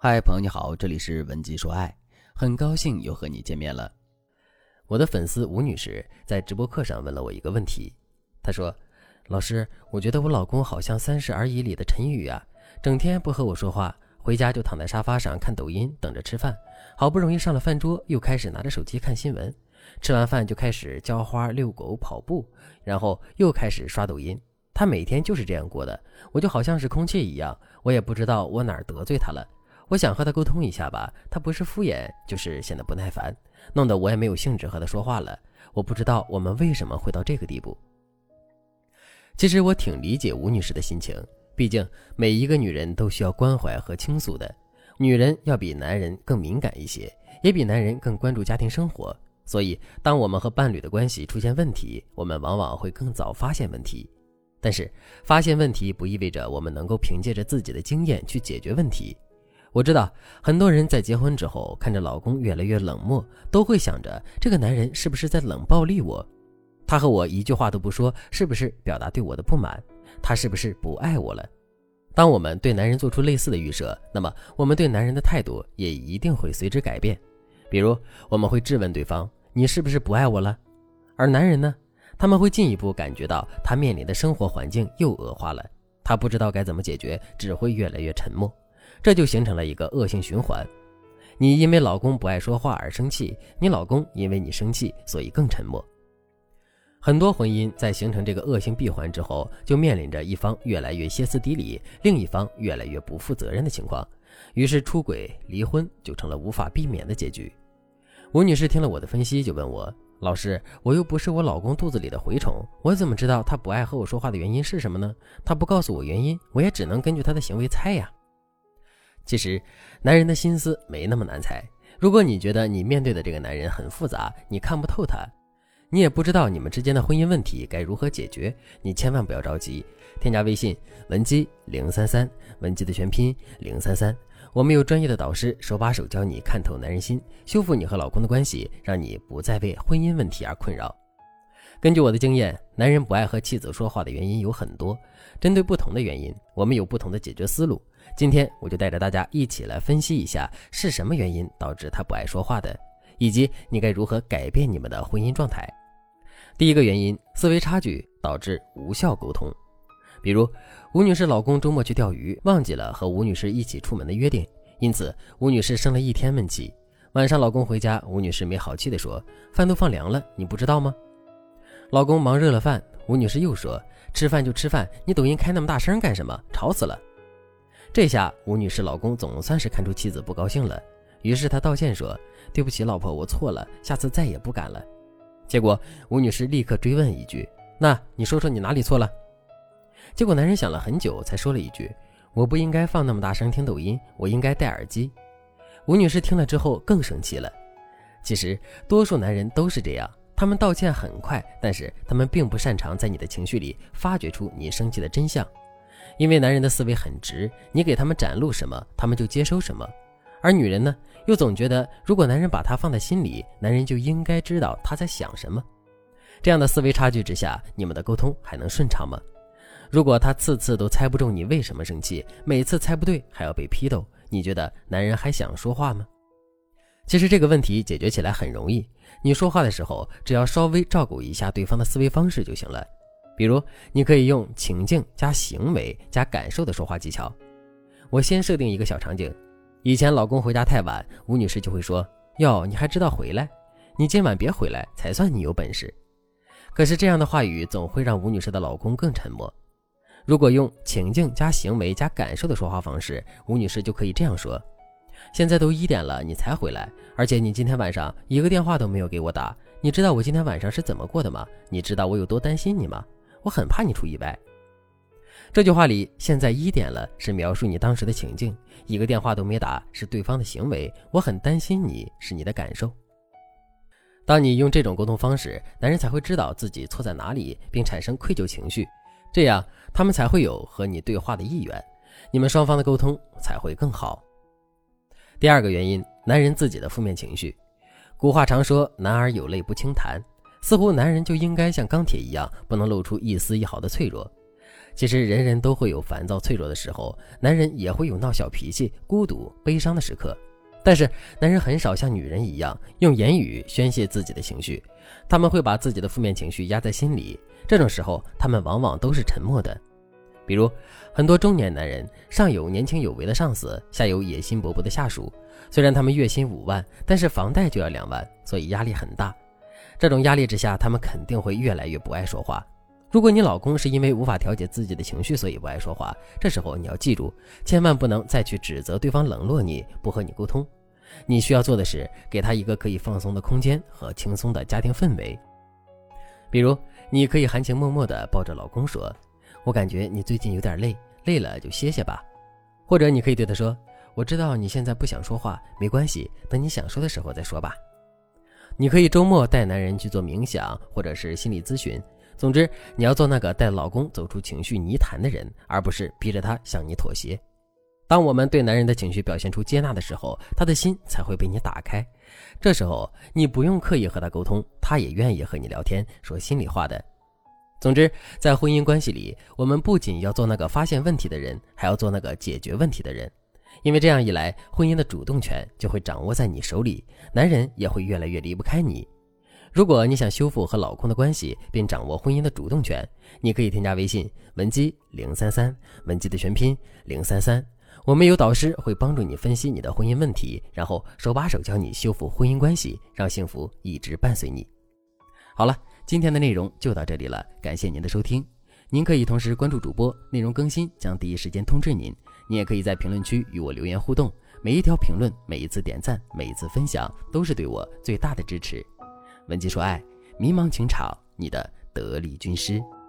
嗨，朋友你好，这里是文姬说爱，很高兴又和你见面了。我的粉丝吴女士在直播课上问了我一个问题，她说：老师，我觉得我老公好像《三十而已》里的陈宇啊，整天不和我说话，回家就躺在沙发上看抖音等着吃饭，好不容易上了饭桌又开始拿着手机看新闻，吃完饭就开始浇花、遛狗、跑步，然后又开始刷抖音。他每天就是这样过的，我就好像是空气一样，我也不知道我哪儿得罪他了。我想和他沟通一下吧，他不是敷衍就是显得不耐烦，弄得我也没有兴致和他说话了。我不知道我们为什么会到这个地步。其实我挺理解吴女士的心情，毕竟每一个女人都需要关怀和倾诉的，女人要比男人更敏感一些，也比男人更关注家庭生活，所以当我们和伴侣的关系出现问题，我们往往会更早发现问题。但是发现问题不意味着我们能够凭借着自己的经验去解决问题。我知道很多人在结婚之后看着老公越来越冷漠，都会想着这个男人是不是在冷暴力我，他和我一句话都不说，是不是表达对我的不满，他是不是不爱我了。当我们对男人做出类似的预设，那么我们对男人的态度也一定会随之改变。比如我们会质问对方，你是不是不爱我了？而男人呢，他们会进一步感觉到他面临的生活环境又恶化了，他不知道该怎么解决，只会越来越沉默，这就形成了一个恶性循环。你因为老公不爱说话而生气，你老公因为你生气所以更沉默。很多婚姻在形成这个恶性闭环之后，就面临着一方越来越歇斯底里，另一方越来越不负责任的情况，于是出轨离婚就成了无法避免的结局。吴女士听了我的分析就问我，老师，我又不是我老公肚子里的蛔虫，我怎么知道他不爱和我说话的原因是什么呢？他不告诉我原因，我也只能根据他的行为猜呀。其实男人的心思没那么难猜，如果你觉得你面对的这个男人很复杂，你看不透他，你也不知道你们之间的婚姻问题该如何解决，你千万不要着急，添加微信文姬033，文姬的全拼033，我们有专业的导师手把手教你看透男人心，修复你和老公的关系，让你不再为婚姻问题而困扰。根据我的经验，男人不爱和妻子说话的原因有很多，针对不同的原因，我们有不同的解决思路。今天我就带着大家一起来分析一下是什么原因导致他不爱说话的，以及你该如何改变你们的婚姻状态。第一个原因，思维差距导致无效沟通。比如吴女士老公周末去钓鱼，忘记了和吴女士一起出门的约定，因此吴女士生了一天闷气。晚上老公回家，吴女士没好气地说，饭都放凉了，你不知道吗？老公忙热了饭，吴女士又说，吃饭就吃饭，你抖音开那么大声干什么，吵死了。这下吴女士老公总算是看出妻子不高兴了，于是他道歉说，对不起老婆，我错了，下次再也不敢了。结果吴女士立刻追问一句，那你说说你哪里错了？结果男人想了很久才说了一句，我不应该放那么大声听抖音，我应该戴耳机。吴女士听了之后更生气了。其实多数男人都是这样，他们道歉很快，但是他们并不擅长在你的情绪里发掘出你生气的真相。因为男人的思维很直，你给他们展露什么，他们就接收什么。而女人呢，又总觉得如果男人把她放在心里，男人就应该知道他在想什么。这样的思维差距之下，你们的沟通还能顺畅吗？如果他次次都猜不中你为什么生气，每次猜不对还要被批斗，你觉得男人还想说话吗？其实这个问题解决起来很容易，你说话的时候只要稍微照顾一下对方的思维方式就行了。比如你可以用情境加行为加感受的说话技巧。我先设定一个小场景，以前老公回家太晚，吴女士就会说，哟，你还知道回来，你今晚别回来才算你有本事。可是这样的话语总会让吴女士的老公更沉默。如果用情境加行为加感受的说话方式，吴女士就可以这样说，现在都1点了你才回来，而且你今天晚上一个电话都没有给我打，你知道我今天晚上是怎么过的吗？你知道我有多担心你吗？我很怕你出意外。这句话里现在1点了是描述你当时的情境，一个电话都没打是对方的行为，我很担心你是你的感受。当你用这种沟通方式，男人才会知道自己错在哪里，并产生愧疚情绪，这样他们才会有和你对话的意愿，你们双方的沟通才会更好。第二个原因，男人自己的负面情绪。古话常说，男儿有泪不轻弹，似乎男人就应该像钢铁一样，不能露出一丝一毫的脆弱。 其实人人都会有烦躁脆弱的时候，男人也会有闹小脾气、孤独、悲伤的时刻，但是男人很少像女人一样用言语宣泄自己的情绪，他们会把自己的负面情绪压在心里，这种时候他们往往都是沉默的。比如很多中年男人，上有年轻有为的上司，下有野心勃勃的下属，虽然他们月薪5万，但是房贷就要2万，所以压力很大。这种压力之下，他们肯定会越来越不爱说话。如果你老公是因为无法调节自己的情绪所以不爱说话，这时候你要记住，千万不能再去指责对方冷落你，不和你沟通。你需要做的是给他一个可以放松的空间和轻松的家庭氛围。比如你可以含情脉脉地抱着老公说，我感觉你最近有点累，累了就歇歇吧。或者你可以对他说，我知道你现在不想说话，没关系，等你想说的时候再说吧。你可以周末带男人去做冥想或者是心理咨询，总之你要做那个带老公走出情绪泥潭的人，而不是逼着他向你妥协。当我们对男人的情绪表现出接纳的时候，他的心才会被你打开。这时候你不用刻意和他沟通，他也愿意和你聊天，说心里话的。总之，在婚姻关系里，我们不仅要做那个发现问题的人，还要做那个解决问题的人。因为这样一来，婚姻的主动权就会掌握在你手里，男人也会越来越离不开你。如果你想修复和老公的关系，并掌握婚姻的主动权，你可以添加微信文姬033，文姬的全拼033。我们有导师会帮助你分析你的婚姻问题，然后手把手教你修复婚姻关系，让幸福一直伴随你。好了，今天的内容就到这里了，感谢您的收听。您可以同时关注主播，内容更新将第一时间通知您。你也可以在评论区与我留言互动，每一条评论，每一次点赞，每一次分享，都是对我最大的支持。文姬说爱，迷茫情场，你的得力军师。